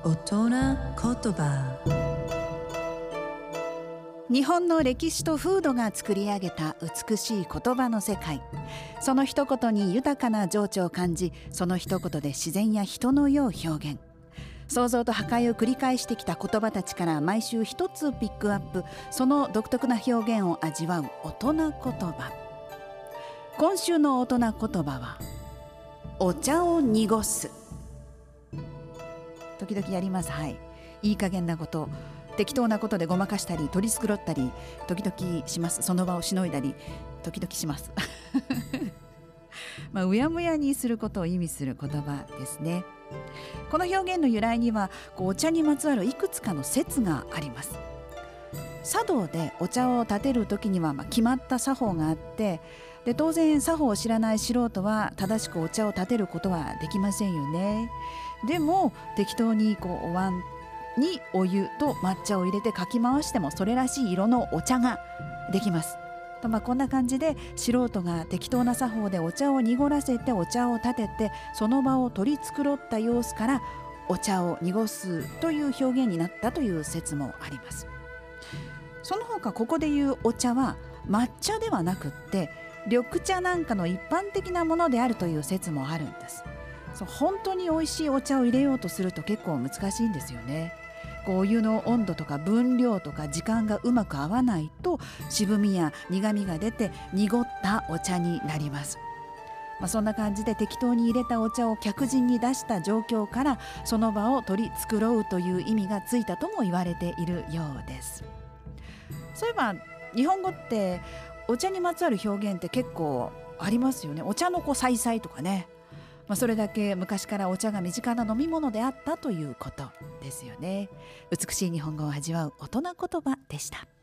大人言葉。 日本の歴史と風土が作り上げた美しい言葉の世界。その一言に豊かな情緒を感じ、その一言で自然や人の世を表現。創造と破壊を繰り返してきた言葉たちから毎週一つピックアップ、その独特な表現を味わう大人言葉。今週の大人言葉はお茶を濁す。時々やります。はい、いい加減なこと、適当なことでごまかしたり取り繕ったり時々します。その場をしのいだり時々しますうやむやにすることを意味する言葉ですね。この表現の由来にはお茶にまつわるいくつかの説があります。茶道でお茶を立てる時には決まった作法があって、で当然作法を知らない素人は正しくお茶を立てることはできませんよね。でも適当にお椀にお湯と抹茶を入れてかき回してもそれらしい色のお茶ができますと、こんな感じで素人が適当な作法でお茶を濁らせてお茶を立ててその場を取り繕った様子からお茶を濁すという表現になったという説もあります。その他ここでいうお茶は抹茶ではなくって緑茶なんかの一般的なものであるという説もあるんです。本当に美味しいお茶を入れようとすると結構難しいんですよね。お湯の温度とか分量とか時間がうまく合わないと渋みや苦みが出て濁ったお茶になります。そんな感じで適当に入れたお茶を客人に出した状況からその場を取り繕うという意味がついたとも言われているようです。そういえば日本語ってお茶にまつわる表現って結構ありますよね。お茶のさいさいとかね、それだけ昔からお茶が身近な飲み物であったということですよね。美しい日本語を味わう大人言葉でした。